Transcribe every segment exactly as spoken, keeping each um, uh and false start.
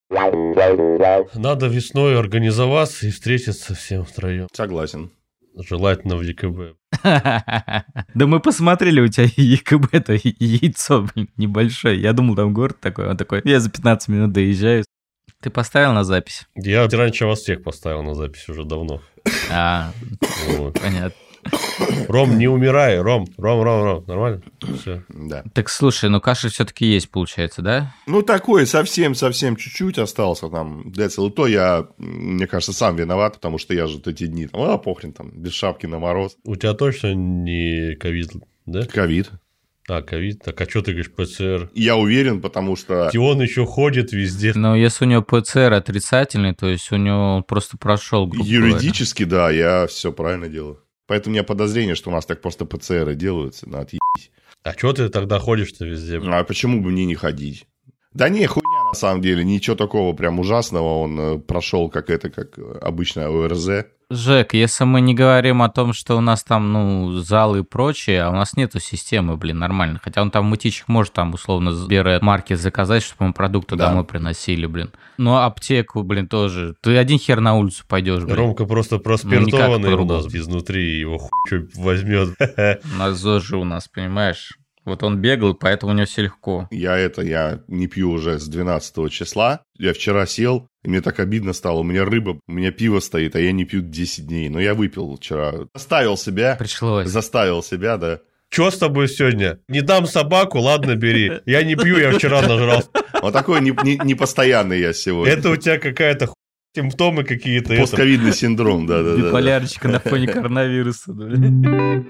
Надо весной организоваться и встретиться всем втроем. Согласен. Желательно в ЕКБ. Да мы посмотрели, у тебя ЕКБ-то яйцо, блин, небольшое. Я думал, там город такой. Он такой, я за пятнадцать минут доезжаю. Ты поставил на запись? Я раньше вас всех поставил на запись уже давно. А, Вот. понятно. Ром, не умирай, Ром, Ром, Ром, Ром, нормально? Все. Да. Так слушай, ну каша все-таки есть, получается, да? Ну, такой совсем-совсем чуть-чуть остался там. Децл, и то я, мне кажется, сам виноват, потому что я же вот эти дни, там, а, похрен, там, без шапки на мороз. У тебя точно не ковид, да? Ковид. А, ковид. Так, а что ты говоришь, ПЦР? Я уверен, потому что... И он еще ходит везде. Но если у него ПЦР отрицательный, то есть у него он просто прошел, грубо Юридически, да, я все правильно делаю. Поэтому у меня подозрение, что у нас так просто ПЦРы делаются, на отъебись. А что ты тогда ходишь-то везде? А почему бы мне не ходить? Да не, хуйня на самом деле, ничего такого прям ужасного, он э, прошел как это, как обычное ОРЗ. Жек, если мы не говорим о том, что у нас там, ну, залы и прочее, а у нас нету системы, блин, нормально. Хотя он там мытичек может там, условно, Сбер марки заказать, чтобы ему продукты Да. домой приносили, блин. Ну, аптеку, блин, тоже. Ты один хер на улицу пойдешь, блин. Ромка просто никак проспиртованный у по-другому. нас изнутри, его хуй что возьмет. У нас ЗОЖ же у нас, понимаешь? Вот он бегал, поэтому у него все легко. Я это, я не пью уже с двенадцатого числа. Я вчера сел, и мне так обидно стало. У меня рыба, у меня пиво стоит, а я не пью десять дней. Но я выпил вчера. Заставил себя. Пришлось. Заставил себя, да. Че с тобой сегодня? Не дам собаку, ладно, бери. Я не пью, я вчера нажрал. Вот такой непостоянный я сегодня. Это у тебя какая-то хуйня, симптомы какие-то. Постковидный синдром, да-да-да. Биполярочка на фоне коронавируса. Привет,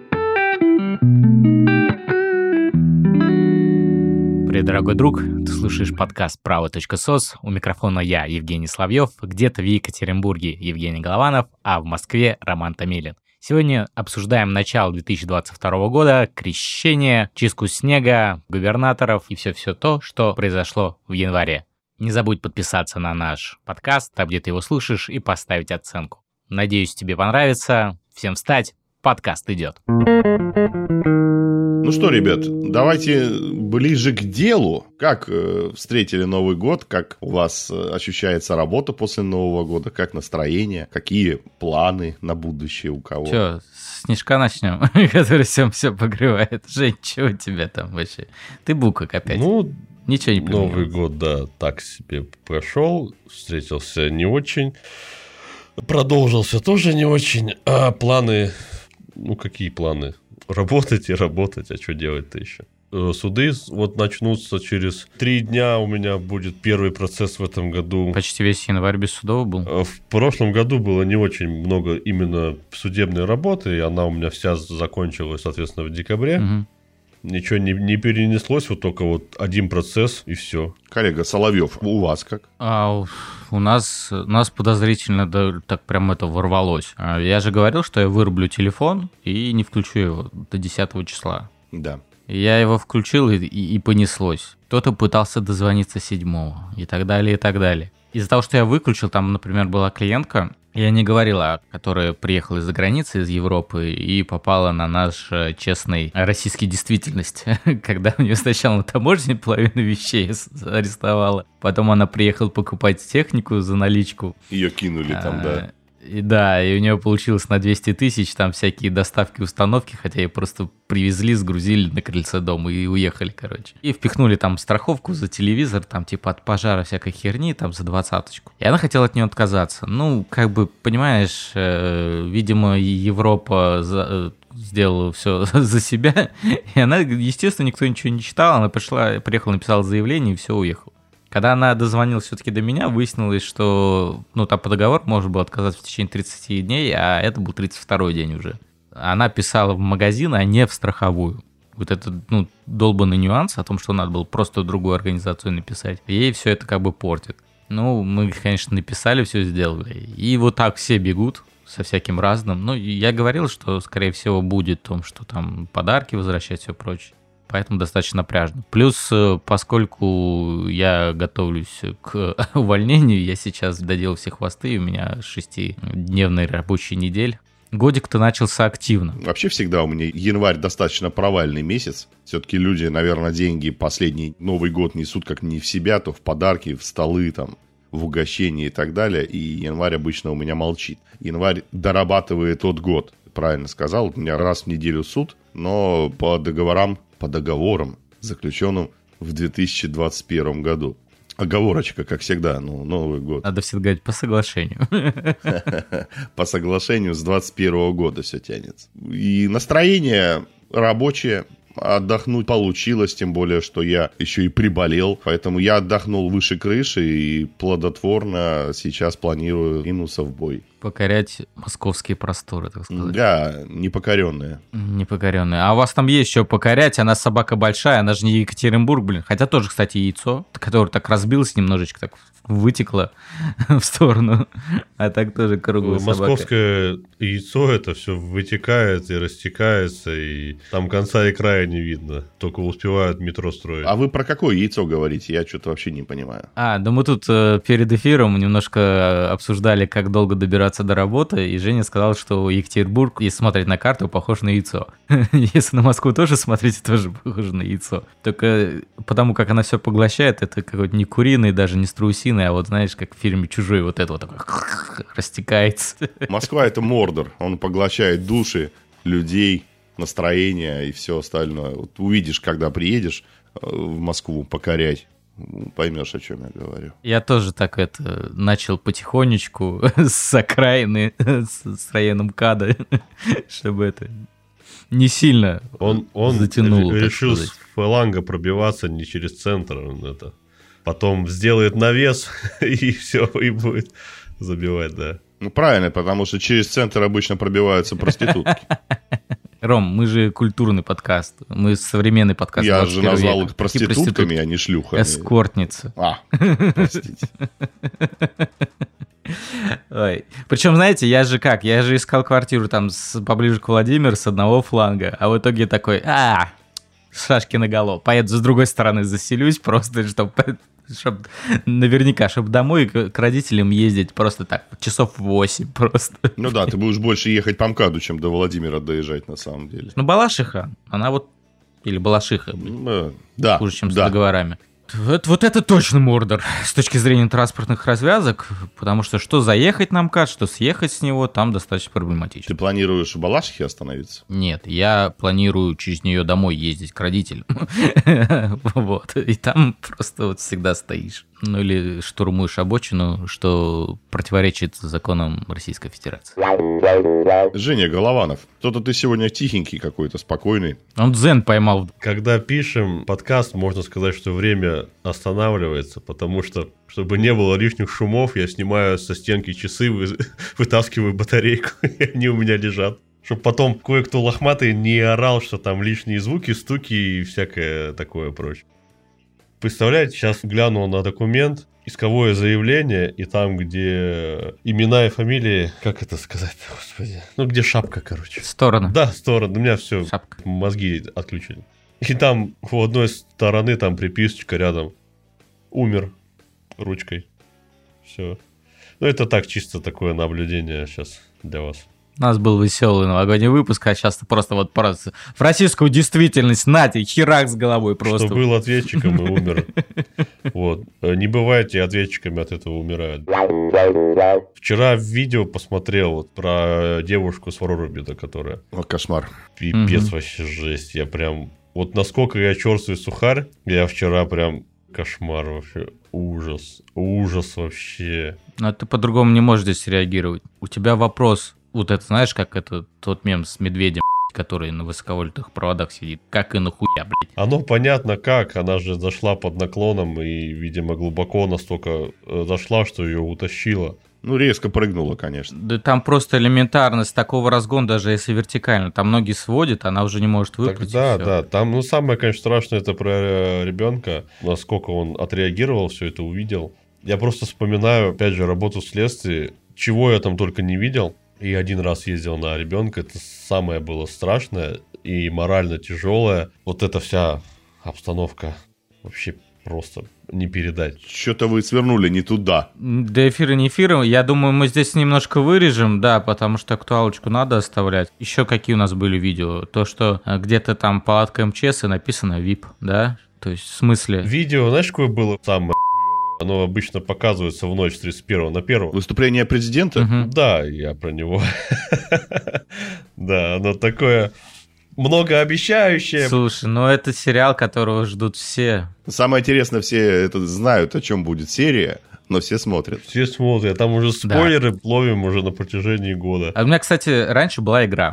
дорогой друг, ты слушаешь подкаст право точка сос. У микрофона я, Евгений Соловьев, где-то в Екатеринбурге Евгений Голованов, а в Москве Роман Томилин. Сегодня обсуждаем начало две тысячи двадцать второго года, крещение, чистку снега, губернаторов и все-все то, что произошло в январе. Не забудь подписаться на наш подкаст, там где ты его слушаешь, и поставить оценку. Надеюсь, тебе понравится. Всем встать, подкаст идет. Ну что, ребят, давайте ближе к делу. Как э, встретили Новый год? Как у вас э, ощущается работа после Нового года? Как настроение? Какие планы на будущее у кого? Че, с Снежка начнем, который всем все погревает. Жень, что у тебя там вообще? Ты букак опять. Ну, ничего не поменялось. Новый год, да, так себе прошел. Встретился не очень. Продолжился тоже не очень. А планы... Ну, какие планы? Работать и работать, а что делать-то еще? Суды вот начнутся через три дня, у меня будет первый процесс в этом году. Почти весь январь без судов был. В прошлом году было не очень много именно судебной работы, и она у меня вся закончилась, соответственно, в декабре. Угу. Ничего не, не перенеслось, вот только вот один процесс, и все. Коллега Соловьев, у вас как? А, у нас, у нас подозрительно да, так прям это ворвалось. Я же говорил, что я вырублю телефон и не включу его до десятого числа. Да. Я его включил, и, и, и понеслось. Кто-то пытался дозвониться седьмого, и так далее, и так далее. Из-за того, что я выключил, там, например, была клиентка, я не говорила, которая приехала из-за границы, из Европы, и попала на наш честный российский действительность, когда у нее сначала на таможне половину вещей арестовала, потом она приехала покупать технику за наличку. Ее кинули там, да. И да, и у нее получилось на двести тысяч, там всякие доставки, установки, хотя ее просто привезли, сгрузили на крыльце дома и уехали, короче. И впихнули там страховку за телевизор, там типа от пожара всякой херни, там за двадцаточку. И она хотела от нее отказаться. Ну, как бы, понимаешь, э, видимо, Европа за, э, сделала все за себя, и она, естественно, никто ничего не читал, она пришла, приехала, написала заявление и все, уехала. Когда она дозвонилась все-таки до меня, выяснилось, что ну, там по договору можно было отказаться в течение тридцати дней, а это был тридцать второй день уже. Она писала в магазин, а не в страховую. Вот этот ну, долбанный нюанс о том, что надо было просто в другую организацию написать. Ей все это как бы портит. Ну, мы, конечно, написали, все сделали. И вот так все бегут со всяким разным. Ну, я говорил, что, скорее всего, будет в том, что там подарки возвращать, все прочее. Поэтому достаточно напряжно. Плюс, поскольку я готовлюсь к увольнению, я сейчас доделал все хвосты, у меня шестидневная рабочая неделя. Годик-то начался активно. Вообще всегда у меня январь достаточно провальный месяц. Все-таки люди, наверное, деньги последний Новый год несут как не в себя, то в подарки, в столы там. в угощении и так далее, и январь обычно у меня молчит. Январь дорабатывает от год, правильно сказал, у меня раз в неделю суд, но по договорам, по договорам, заключенным в две тысячи двадцать первом году. Оговорочка, как всегда, ну, Новый год. Надо всегда говорить по соглашению. По соглашению с двадцать первого года все тянется. И настроение рабочее, отдохнуть получилось, тем более, что я еще и приболел. Поэтому я отдохнул выше крыши и плодотворно сейчас планирую ринуться в бой. Покорять московские просторы, так сказать. Да, непокоренные. Непокоренные. А у вас там есть что покорять, она собака большая, она же не Екатеринбург, блин. Хотя тоже, кстати, яйцо, которое так разбилось немножечко, так вытекло в сторону. А так тоже круглая собака. Московское яйцо, это все вытекает и растекается, и там конца и края не видно. Только успевают метро строить. А вы про какое яйцо говорите? Я что-то вообще не понимаю. А, да мы тут э, перед эфиром немножко обсуждали, как долго добираться до работы, и Женя сказал, что Екатеринбург, если смотреть на карту, похож на яйцо. Если на Москву тоже смотреть, тоже похоже на яйцо. Только потому, как она все поглощает, это какой-то не куриный, даже не страусиный, а вот, знаешь, как в фильме «Чужой», вот это вот такое растекается. Москва — это Мордор. Он поглощает души людей, настроение и все остальное. Вот увидишь, когда приедешь в Москву покорять, поймешь, о чем я говорю. Я тоже так это начал потихонечку с окраины, с районом МКАДа, чтобы это не сильно он, он затянуло. решил с фланга пробиваться не через центр, он это потом сделает навес и все, и будет забивать, да. Ну, правильно, потому что через центр обычно пробиваются проститутки. Ром, мы же культурный подкаст, мы современный подкаст. Я же назвал их проститутками, а не шлюхами. Эскортницы. А, простите. Ой. Причем, знаете, я же как, я же искал квартиру там с, поближе к Владимиру с одного фланга, а в итоге такой, а, шашки наголо, поеду с другой стороны заселюсь просто, чтобы... Чтоб, наверняка, чтобы домой к, к родителям ездить просто так, часов восемь просто. Ну да, ты будешь больше ехать по МКАДу, чем до Владимира доезжать на самом деле. Ну, Балашиха, она вот, или Балашиха, блин, да, хуже, чем да. с договорами. Вот, вот это точно Мордор с точки зрения транспортных развязок, потому что что заехать на МКАД, что съехать с него, там достаточно проблематично. Ты планируешь в Балашихе остановиться? Нет, я планирую через нее домой ездить к родителям. Вот, и там просто вот всегда стоишь. Ну или штурмуешь обочину, что противоречит законам Российской Федерации. Женя Голованов, кто-то ты сегодня тихенький какой-то, спокойный. Он дзен поймал. Когда пишем подкаст, можно сказать, что время останавливается, потому что, чтобы не было лишних шумов, я снимаю со стенки часы, вы... вытаскиваю батарейку, и они у меня лежат. Чтобы потом кое-кто лохматый не орал, что там лишние звуки, стуки и всякое такое прочее. Представляете, сейчас гляну на документ, исковое заявление, и там, где имена и фамилии, как это сказать, господи, ну, где шапка, короче. Сторона. Да, сторона, у меня все, шапка. Мозги отключили. И там у одной стороны там приписочка рядом. Умер ручкой. Все. Ну, это так, чисто такое наблюдение сейчас для вас. У нас был веселый новогодний выпуск, а сейчас просто вот просто в российскую действительность, нате, херак с головой просто. Что был ответчиком и умер. Вот. Не бывайте ответчиками, от этого умирают. Вчера видео посмотрел вот про девушку с проруби, которая... Вот кошмар. Пипец Угу. вообще жесть. Я прям... Вот насколько я черствый сухарь, я вчера прям... Кошмар вообще. Ужас. Ужас вообще. Но ты по-другому не можешь здесь реагировать. У тебя вопрос... Вот это, знаешь, как это тот мем с медведем, который на высоковольтных проводах сидит. Как и нахуя, блядь. Оно понятно как. Она же зашла под наклоном и, видимо, глубоко настолько зашла, что ее утащило. Ну, резко прыгнула, конечно. Да там просто элементарно с такого разгона, даже если вертикально, там ноги сводит, она уже не может выпрыгнуть. Да, да. Там, ну, самое, конечно, страшное, это про ребенка. Насколько он отреагировал, все это увидел. Я просто вспоминаю, опять же, работу в следствии. Чего я там только не видел. И один раз ездил на ребенка, это самое было страшное и морально тяжелое. Вот эта вся обстановка вообще просто не передать. Что-то вы свернули не туда. До эфира не эфира, я думаю, мы здесь немножко вырежем, да, потому что актуалочку надо оставлять. Еще какие у нас были видео? То, что где-то там палатка МЧС и написано ви ай пи, да? То есть в смысле... Видео, знаешь, какое было самое Оно обычно показывается в ночь с тридцать первого на первое. Выступление президента? Мгм. Да, я про него. Да, оно такое многообещающее. Слушай, ну это сериал, которого ждут все. Самое интересное, все это знают, о чем будет серия, но все смотрят. Все смотрят, там уже спойлеры ловим уже на протяжении года. А у меня, кстати, раньше была игра.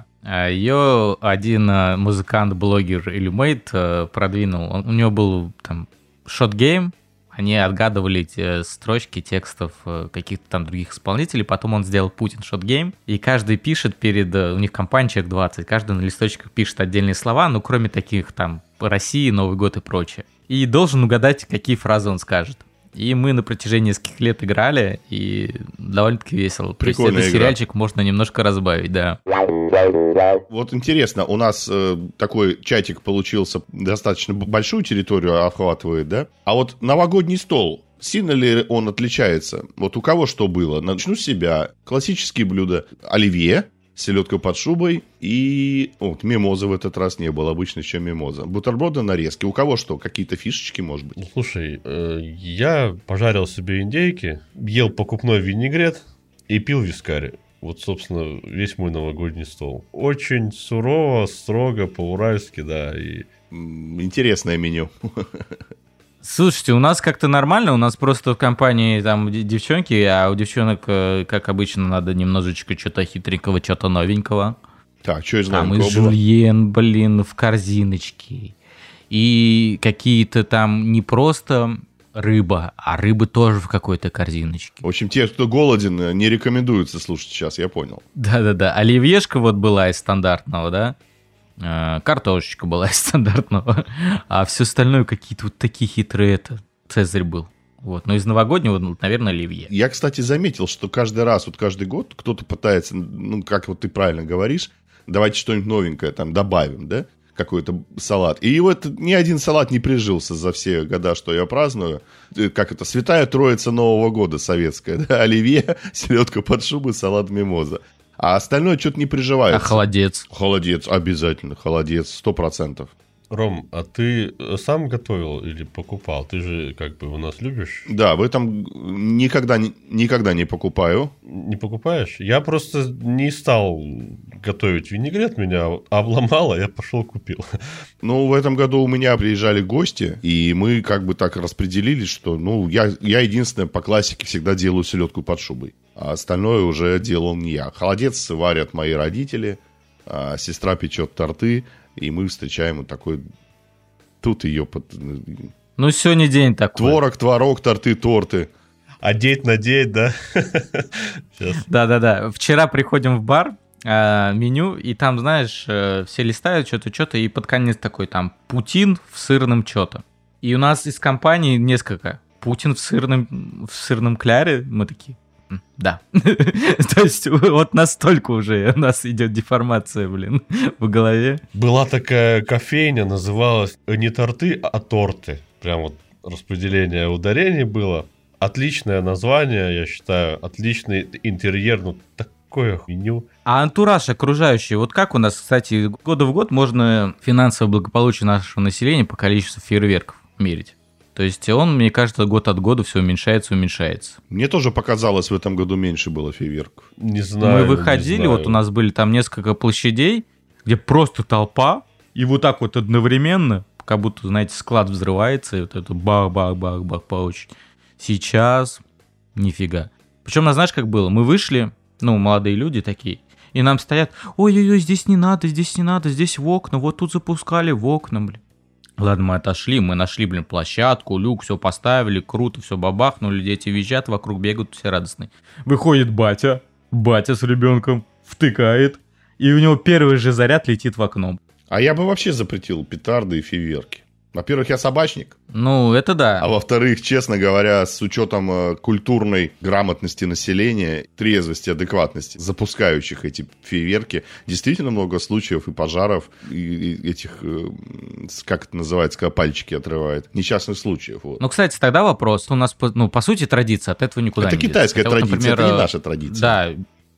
Ее один э, музыкант-блогер Illumate э, продвинул. Он- у него был там шот-гейм. Они отгадывали эти строчки текстов э, каких-то там других исполнителей. Потом он сделал Путин шот-гейм. И каждый пишет перед... э, У них компания человек двадцать. Каждый на листочках пишет отдельные слова, ну, кроме таких там России, Новый год и прочее. И должен угадать, какие фразы он скажет. И мы на протяжении нескольких лет играли, и довольно-таки весело. То есть Прикольная этот игра. сериальчик можно немножко разбавить, да. Вот интересно, у нас э, такой чатик получился, достаточно б- большую территорию охватывает, да? А вот новогодний стол, сильно ли он отличается? Вот у кого что было? Начну с себя. Классические блюда. Оливье, селедка под шубой и... о, Вот мимозы в этот раз не было, обычно еще мимоза. Бутерброды, нарезки. У кого что? Какие-то фишечки, может быть? Ну, слушай, э, я пожарил себе индейки, ел покупной винегрет и пил вискарь. Вот, собственно, весь мой новогодний стол. Очень сурово, строго, по-уральски, да. И М, Интересное меню. Слушайте, у нас как-то нормально, у нас просто в компании там д- девчонки, а у девчонок, э, как обычно, надо немножечко что-то хитренького, что-то новенького. Так, что из Там и новенького было? жульен, блин, в корзиночке. И какие-то там не просто рыба, а рыбы тоже в какой-то корзиночке. В общем, те, кто голоден, не рекомендуется слушать сейчас, я понял. Да-да-да, оливьешка вот была из стандартного, да? Э, Картошечка была из стандартного. А все остальное какие-то вот такие хитрые это. Цезарь был. Вот. Но из новогоднего, ну, наверное, оливье. Я, кстати, заметил, что каждый раз, вот каждый год кто-то пытается, ну, как вот ты правильно говоришь, давайте что-нибудь новенькое там добавим, да, какой-то салат. И вот ни один салат не прижился за все года, что я праздную. Э, Как это, святая троица Нового года советская, да, оливье, селедка под шубой, салат мимоза. А остальное что-то не А приживается. холодец? Холодец, обязательно, холодец, сто процентов. Ром, а ты сам готовил или покупал? Ты же как бы у нас любишь? Да, в этом никогда, не- никогда не покупаю. Не покупаешь? Я просто не стал готовить винегрет, меня обломало, я пошел купил. Ну, в этом году у меня приезжали гости, и мы как бы так распределились, что, ну, я, я единственное по классике всегда делаю селедку под шубой, а остальное уже делал не я. Холодец варят мои родители, а сестра печет торты, и мы встречаем вот такой... Тут ее под... Ну, сегодня день такой. Творог, творог, торты, торты. Одеть, надеть, да? Сейчас. Да-да-да. Вчера приходим в бар, а, меню, и там, знаешь, э, все листают что-то, что-то, и под конец такой там Путин в сырном что-то. И у нас из компании несколько. Путин в сырном, в сырном кляре. Мы такие, «М, да. То есть вот настолько уже у нас идет деформация, блин, в голове. Была такая кофейня, называлась не торты, а торты. Прям вот распределение ударений было. Отличное название, я считаю, отличный интерьер, ну такое меню. А антураж окружающий, вот как у нас, кстати, года в год можно финансовое благополучие нашего населения по количеству фейерверков мерить. То есть он, мне кажется, год от года все уменьшается, уменьшается. Мне тоже показалось, в этом году меньше было фейерверков. Не знаю. Мы не выходили, знаю. вот у нас были там несколько площадей, где просто толпа, и вот так вот одновременно, как будто, знаете, склад взрывается, и вот это бах-бах-бах-бах по очереди. Сейчас нифига. Причем, ну, знаешь, как было? Мы вышли, ну, молодые люди такие, и нам стоят, ой-ой-ой, здесь не надо, здесь не надо, здесь в окна, вот тут запускали в окна, блин. Ладно, мы отошли, мы нашли, блин, площадку, люк, все поставили, круто, все бабахнули, дети визжат, вокруг бегают, все радостные. Выходит батя, батя с ребенком, втыкает, и у него первый же заряд летит в окно. А я бы вообще запретил петарды и фейерверки. Во-первых, я собачник. Ну, это да. А во-вторых, честно говоря, с учетом э, культурной грамотности населения, трезвости, адекватности запускающих эти фейерверки, действительно много случаев и пожаров, и, и этих, э, с- как это называется, когда пальчики отрывает, несчастных случаев. Вот. Ну, кстати, тогда вопрос. У нас, по- ну, по сути, традиция, от этого никуда Это не деться. китайская Хотя вот, традиция, например, это не э, наша традиция. Да.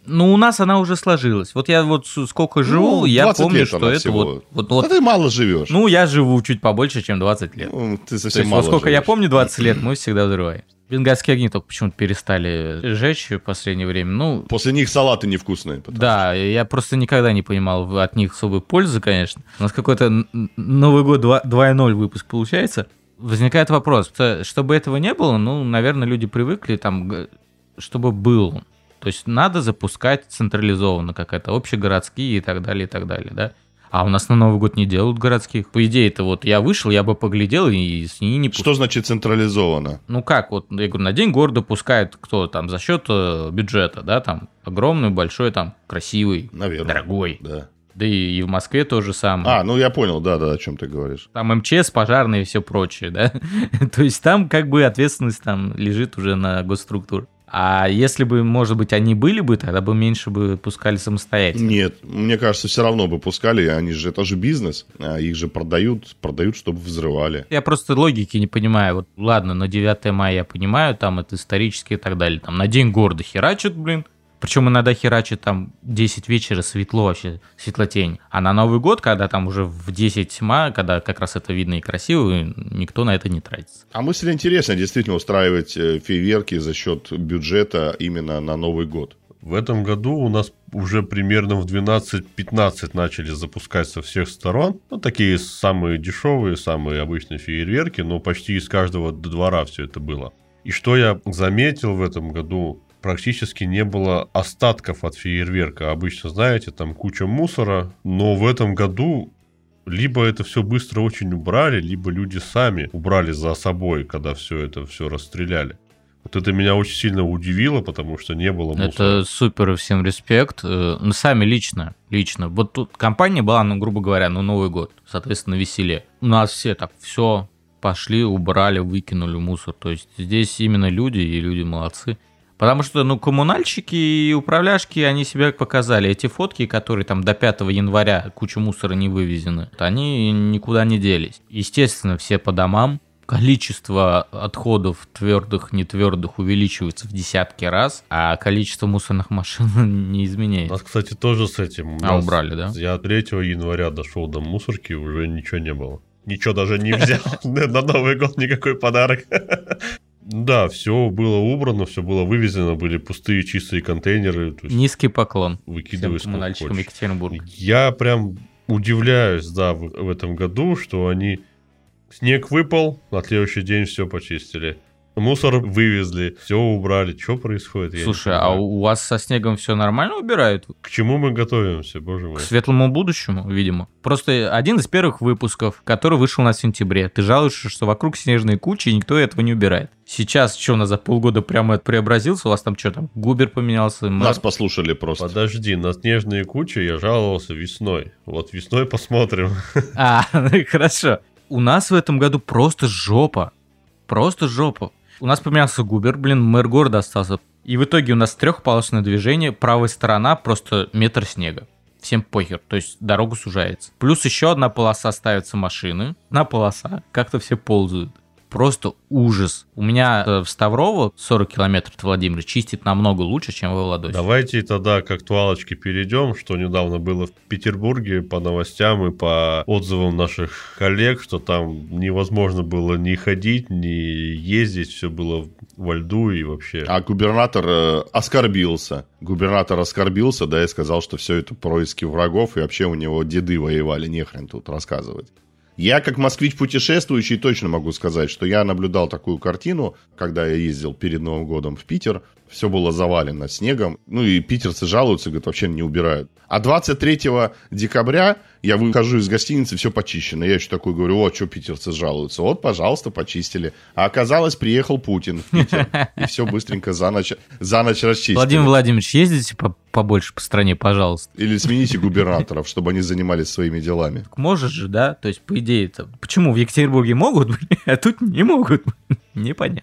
Ну, у нас она уже сложилась. Вот я вот сколько живу, ну, я помню, что это всего. вот... вот, вот а ты мало живешь. Ну, я живу чуть побольше, чем двадцать лет. Ну, ты совсем То есть, мало вот сколько живешь. я помню, двадцать лет, мы всегда взрываем. Бенгальские огни только почему-то перестали жечь в последнее время. Ну, после них салаты невкусные. Да, что... я просто никогда не понимал от них особой пользы, конечно. У нас какой-то Новый год два ноль выпуск получается. Возникает вопрос, чтобы этого не было, ну, наверное, люди привыкли, там, чтобы был. То есть надо запускать централизованно, как это, общегородские и так далее, и так далее, да. А у нас на Новый год не делают городских. По идее, это вот я вышел, я бы поглядел и с ней не... Что значит централизованно? Ну как, вот, я говорю, на День города пускают кто там за счет бюджета, да, там, огромный, большой, там, красивый, наверное, дорогой. Да. Да и в Москве то же самое. А, ну я понял, да-да, о чем ты говоришь. Там МЧС, пожарные и все прочее, да. То есть там как бы ответственность там лежит уже на госструктуру. А если бы, может быть, они были бы, тогда бы меньше бы пускали самостоятельно. Нет, мне кажется, все равно бы пускали, они же, это же бизнес, их же продают, продают, чтобы взрывали. Я просто логики не понимаю. Вот ладно, на девятое мая я понимаю, там это исторически и так далее. Там на День города херачат, блин. Причем иногда херачит там десять вечера, светло вообще, светлотень. А на Новый год, когда там уже в десять тьма, когда как раз это видно и красиво, никто на это не тратится. А мысль интересная, действительно, устраивать фейерверки за счет бюджета именно на Новый год. В этом году у нас уже примерно в двенадцать-пятнадцать начали запускать со всех сторон. Ну, такие самые дешевые, самые обычные фейерверки, но почти из каждого двора все это было. И что я заметил в этом году... Практически не было остатков от фейерверка. Обычно, знаете, там куча мусора, но в этом году либо это все быстро очень убрали, либо люди сами убрали за собой, когда все это все расстреляли. Вот это меня очень сильно удивило, потому что не было мусора. Это супер, всем респект. Ну, сами лично, лично. Вот тут компания была, ну, грубо говоря, ну, Новый год, соответственно, веселье. У нас все так, все, пошли, убрали, выкинули мусор. То есть здесь именно люди, и люди молодцы. Потому что, ну, коммунальщики и управляшки, они себя показали. Эти фотки, которые там до пятого января куча мусора не вывезены, они никуда не делись. Естественно, все по домам. Количество отходов твердых, нетвердых увеличивается в десятки раз, а количество мусорных машин не изменяется. У нас, кстати, тоже с этим. А, убрали, да? Я третьего января дошел до мусорки, уже ничего не было. Ничего даже не взял. На Новый год никакой подарок. Да, все было убрано, все было вывезено, были пустые чистые контейнеры. То есть низкий поклон выкидывай всем коммунальщикам Екатеринбурга. Я прям удивляюсь, да, в, в этом году, что они... Снег выпал, на следующий день все почистили. Мусор вывезли, все убрали. Что происходит? Слушай, а у вас со снегом все нормально убирают? К чему мы готовимся, боже мой? К светлому будущему, видимо. Просто один из первых выпусков, который вышел на сентябре. Ты жалуешься, что вокруг снежные кучи, и никто этого не убирает. Сейчас что, у нас за полгода прямо это преобразился? У вас там что там, губер поменялся? Нас мэр... послушали просто. Подожди, на снежные кучи я жаловался весной. Вот весной посмотрим. А, хорошо. У нас в этом году просто жопа. Просто жопа. У нас поменялся губер, блин, мэр города остался. И в итоге у нас трехполосное движение, правая сторона просто метр снега. Всем похер, то есть дорога сужается. Плюс еще одна полоса ставятся машины. Одна полоса, как-то все ползают. Просто ужас. У меня в Ставрово сорок километров от Владимира чистит намного лучше, чем во Владосе. Давайте тогда к актуалочке перейдем, что недавно было в Петербурге по новостям и по отзывам наших коллег, что там невозможно было ни ходить, ни ездить, все было во льду и вообще. А губернатор э, оскорбился. Губернатор оскорбился, да, и сказал, что все это происки врагов, и вообще у него деды воевали, нехрен тут рассказывать. Я, как москвич путешествующий, точно могу сказать, что я наблюдал такую картину, когда я ездил перед Новым годом в Питер. Все было завалено снегом. Ну и питерцы жалуются, говорят, вообще не убирают. А двадцать третьего декабря я выхожу из гостиницы, все почищено. Я еще такой говорю, о, что питерцы жалуются? Вот, пожалуйста, почистили. А оказалось, приехал Путин в Питер. И все быстренько за ночь, за ночь расчистили. Владимир Владимирович, ездите по побольше по стране, пожалуйста. Или смените губернаторов, чтобы они занимались своими делами. Можешь же, да? То есть, по идее, это... Почему в Екатеринбурге могут, а тут не могут? Непонятно.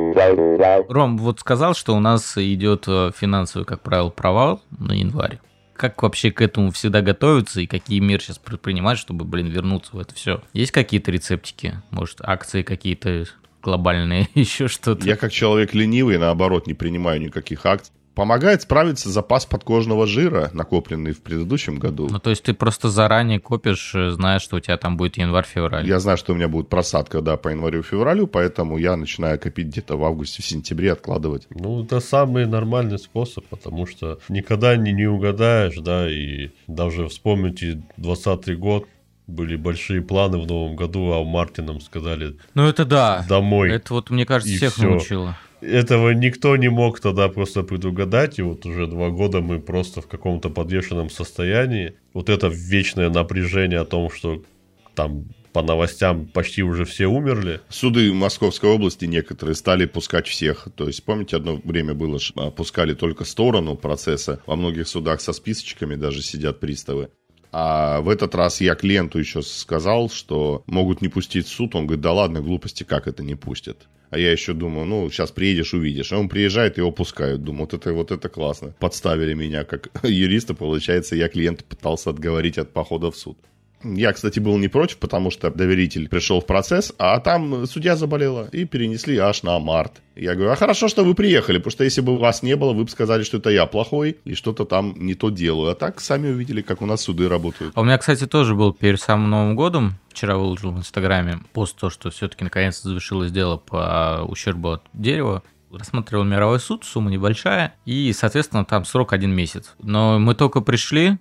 Ром вот сказал, что у нас идет финансовый, как правило, провал на январь. Как вообще к этому всегда готовиться и какие меры сейчас предпринимать, чтобы, блин, вернуться в это все? Есть какие-то рецептики? Может, акции какие-то глобальные, еще что-то? Я как человек ленивый, наоборот, не принимаю никаких акций. Помогает справиться запас подкожного жира, накопленный в предыдущем году. Ну, то есть ты просто заранее копишь, знаешь, что у тебя там будет январь-февраль. Я знаю, что у меня будет просадка, да, по январю-февралю, поэтому я начинаю копить где-то в августе-сентябре, откладывать. Ну, это самый нормальный способ, потому что никогда не, не угадаешь, да, и даже вспомните двадцатый год, были большие планы в новом году, а в марте нам сказали ну, это да. домой. Это вот, мне кажется, всех всё. научило. Этого никто не мог тогда просто предугадать, и вот уже два года мы просто в каком-то подвешенном состоянии. Вот это вечное напряжение о том, что там по новостям почти уже все умерли. Суды Московской области некоторые стали пускать всех. То есть, помните, одно время было, что пускали только сторону процесса. Во многих судах со списочками даже сидят приставы. А в этот раз я клиенту еще сказал, что могут не пустить в суд. Он говорит, да ладно, глупости, как это не пустят? А я еще думаю, ну, сейчас приедешь, увидишь. А он приезжает, его пускают. Думаю, вот это, вот это классно. Подставили меня как юриста, получается, я клиента пытался отговорить от похода в суд. Я, кстати, был не против, потому что доверитель пришел в процесс, а там судья заболела, и перенесли аж на март. Я говорю, а хорошо, что вы приехали, потому что если бы вас не было, вы бы сказали, что это я плохой, и что-то там не то делаю. А так сами увидели, как у нас суды работают. А у меня, кстати, тоже был перед самым Новым годом, вчера выложил в Инстаграме пост, то, что все-таки наконец-то завершилось дело по ущербу от дерева. Рассматривал мировой суд, сумма небольшая, и, соответственно, там срок один месяц. Но мы только пришли,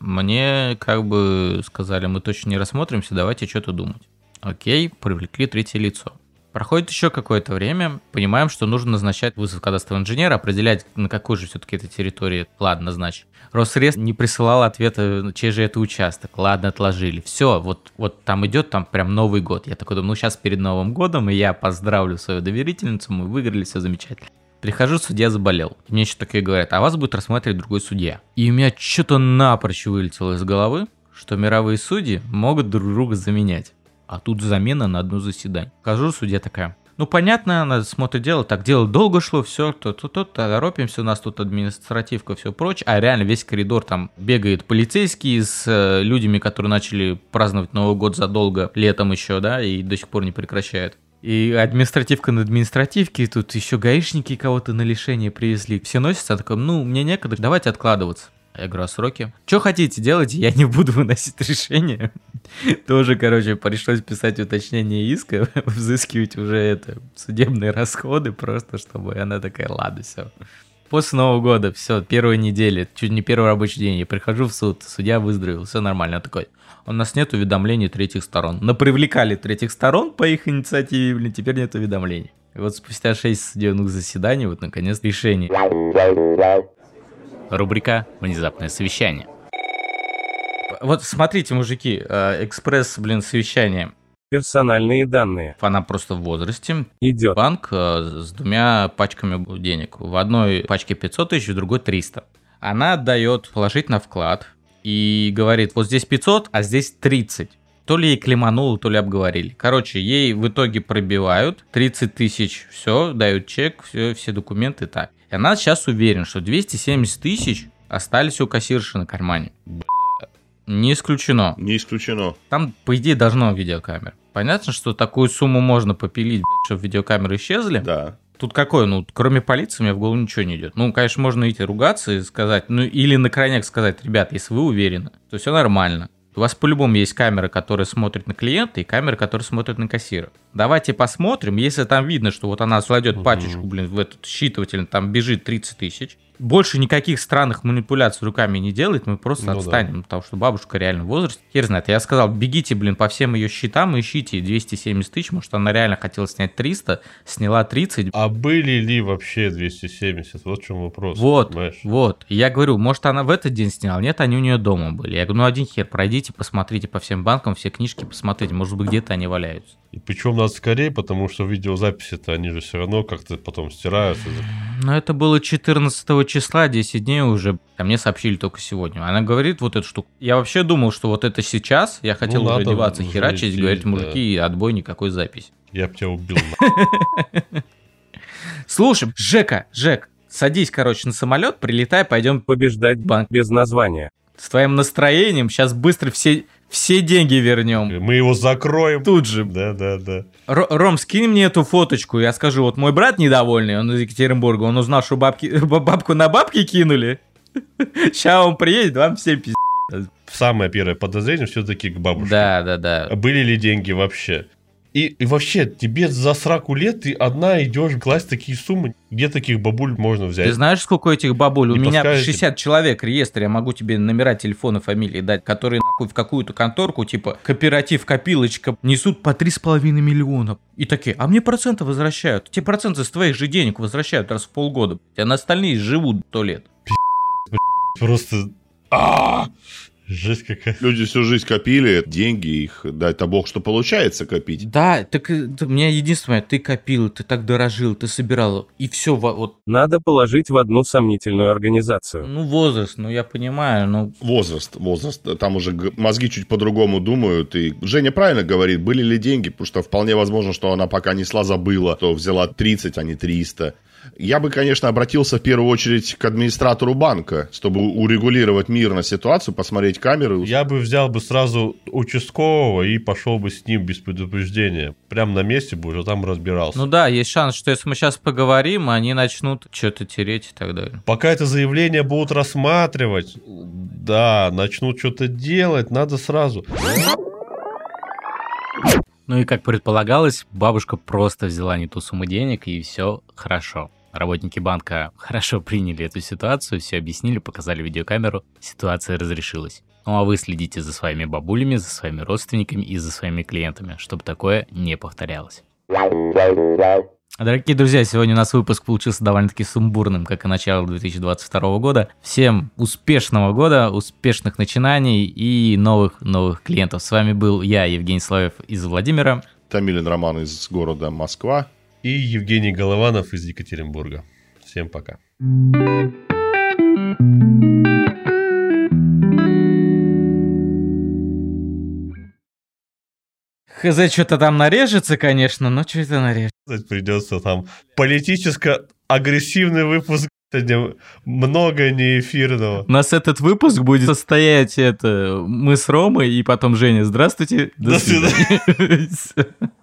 мне как бы сказали, мы точно не рассмотримся, давайте что-то думать. Окей, привлекли третье лицо. Проходит еще какое-то время, понимаем, что нужно назначать вызов кадастрового инженера, определять, на какой же все-таки этой территории, ладно, назначить. Росрез не присылал ответа, чей же это участок, ладно, отложили. Все, вот, вот там идет там прям Новый год. Я такой думаю, ну сейчас перед Новым годом, и я поздравлю свою доверительницу, мы выиграли, все замечательно. Прихожу, судья заболел. Мне еще такие говорят, а вас будет рассматривать другой судья. И у меня что-то напрочь вылетело из головы, что мировые судьи могут друг друга заменять. А тут замена на одно заседание. Хожу, судья такая, ну понятно, она смотрит дело, так дело долго шло, все, то-то-то, торопимся, у нас тут административка, все прочее. А реально весь коридор там бегает полицейский с э, людьми, которые начали праздновать Новый год задолго, летом еще, да, и до сих пор не прекращают. И административка на административке, тут еще гаишники кого-то на лишение привезли. Все носятся, я такой, ну, мне некогда, давайте откладываться. Я говорю, а сроки? Что хотите, делайте, я не буду выносить решение. Тоже, короче, пришлось писать уточнение иска, взыскивать уже это, судебные расходы, просто чтобы она такая, ладно, все. После Нового года, все, первая неделя, чуть не первый рабочий день, я прихожу в суд, судья выздоровел, все нормально. Он такой, у нас нет уведомлений третьих сторон. Напривлекали третьих сторон по их инициативе, блин, теперь нет уведомлений. И вот спустя шесть судебных заседаний, вот наконец решение. Рубрика «Внезапное совещание». Вот смотрите, мужики, экспресс, блин, совещание. Персональные данные. Она просто в возрасте. Идет. Банк с двумя пачками денег. В одной пачке пятьсот тысяч, в другой триста. Она отдает положить на вклад и говорит, вот здесь пятьсот, а здесь тридцать. То ли ей клемануло, то ли обговорили. Короче, ей в итоге пробивают тридцать тысяч, все, дают чек, все, все документы так. И она сейчас уверена, что двести семьдесят тысяч остались у кассирши на кармане. Не исключено. Не исключено. Там, по идее, должно видеокамера. Понятно, что такую сумму можно попилить, чтобы видеокамеры исчезли. Да. Тут какое? Ну, кроме полиции, мне в голову ничего не идет. Ну, конечно, можно идти ругаться и сказать, ну, или на крайняк сказать, ребят, если вы уверены, то все нормально. У вас по-любому есть камера, которая смотрит на клиента, и камера, которая смотрит на кассира. Давайте посмотрим, если там видно, что вот она кладет угу. пачечку, блин, в этот считыватель, там бежит тридцать тысяч. Больше никаких странных манипуляций руками не делает, мы просто ну, отстанем, да. Потому что бабушка реально в возрасте. Хер знает, я сказал, бегите, блин, по всем ее счетам, ищите двести семьдесят тысяч, может, она реально хотела снять триста, сняла тридцать. А были ли вообще двести семьдесят? Вот в чем вопрос. Вот, понимаешь? вот. Я говорю, может, она в этот день сняла, нет, они у нее дома были. Я говорю, ну, один хер, пройдите, посмотрите по всем банкам, все книжки посмотрите, может быть, где-то они валяются. И причем надо скорее, потому что видеозаписи-то они же все равно как-то потом стираются. Ну, это было четырнадцатого числа, десять дней уже. А мне сообщили только сегодня. Она говорит вот эту штуку. Я вообще думал, что вот это сейчас. Я хотел ну, уже одеваться, херачить, идти, говорить, мужики, да. Отбой, никакой записи. Я б тебя убил. Слушай, Жека, Жек, садись, короче, на самолет, прилетай, пойдем побеждать банк без названия. С твоим настроением сейчас быстро все... все деньги вернем. Мы его закроем. Тут же. Да, да, да. Р- Ром, скинь мне эту фоточку, я скажу, вот мой брат недовольный, он из Екатеринбурга, он узнал, что бабки, бабку на бабки кинули. Сейчас он приедет, вам всем пиздец. Самое первое подозрение все-таки к бабушке. Да, да, да. Были ли деньги вообще? И, и вообще, тебе за сраку лет ты одна идешь класть такие суммы. Где таких бабуль можно взять? Ты знаешь, сколько этих бабуль? Не У меня подскажете? шестьдесят человек в реестре, я могу тебе номера телефона, фамилии дать, которые нахуй в какую-то конторку, типа кооператив, копилочка, несут по три с половиной миллиона. И такие, а мне проценты возвращают. Те проценты с твоих же денег возвращают раз в полгода. А на остальные живут сто лет. Просто... А-а-а! Жесть какая. Люди всю жизнь копили деньги, их, дай-то бог, что получается копить. Да, так э, т- у меня единственное, ты копил, ты так дорожил, ты собирал, и все, вот, Надо положить в одну сомнительную организацию. ну, возраст, ну, я понимаю, ну, Возраст, возраст. Там уже г- мозги чуть по-другому думают. И Женя правильно говорит, были ли деньги, потому что вполне возможно, что она пока несла, забыла, то взяла тридцать, а не триста. Я бы, конечно, обратился в первую очередь к администратору банка, чтобы урегулировать мирно ситуацию, посмотреть камеры. Я бы взял бы сразу участкового и пошел бы с ним без предупреждения. Прям на месте бы уже там разбирался. ну да, есть шанс, что если мы сейчас поговорим, они начнут что-то тереть и так далее. Пока это заявление будут рассматривать, да, начнут что-то делать, надо сразу. Ну и как предполагалось, бабушка просто взяла не ту сумму денег, и все хорошо. Работники банка хорошо приняли эту ситуацию, все объяснили, показали видеокамеру, ситуация разрешилась. Ну а вы следите за своими бабулями, за своими родственниками и за своими клиентами, чтобы такое не повторялось. Дорогие друзья, сегодня у нас выпуск получился довольно-таки сумбурным, как и начало две тысячи двадцать второго года. Всем успешного года, успешных начинаний и новых-новых клиентов. С вами был я, Евгений Соловьев из Владимира. Тамилин Роман из города Москва. И Евгений Голованов из Екатеринбурга. Всем пока. Хз, что-то там нарежется, конечно, но что-то нарежется. Придется там политическо-агрессивный выпуск. Сегодня много неэфирного. У нас этот выпуск будет состоять это мы с Ромой и потом Женя. Здравствуйте. До свидания. свидания.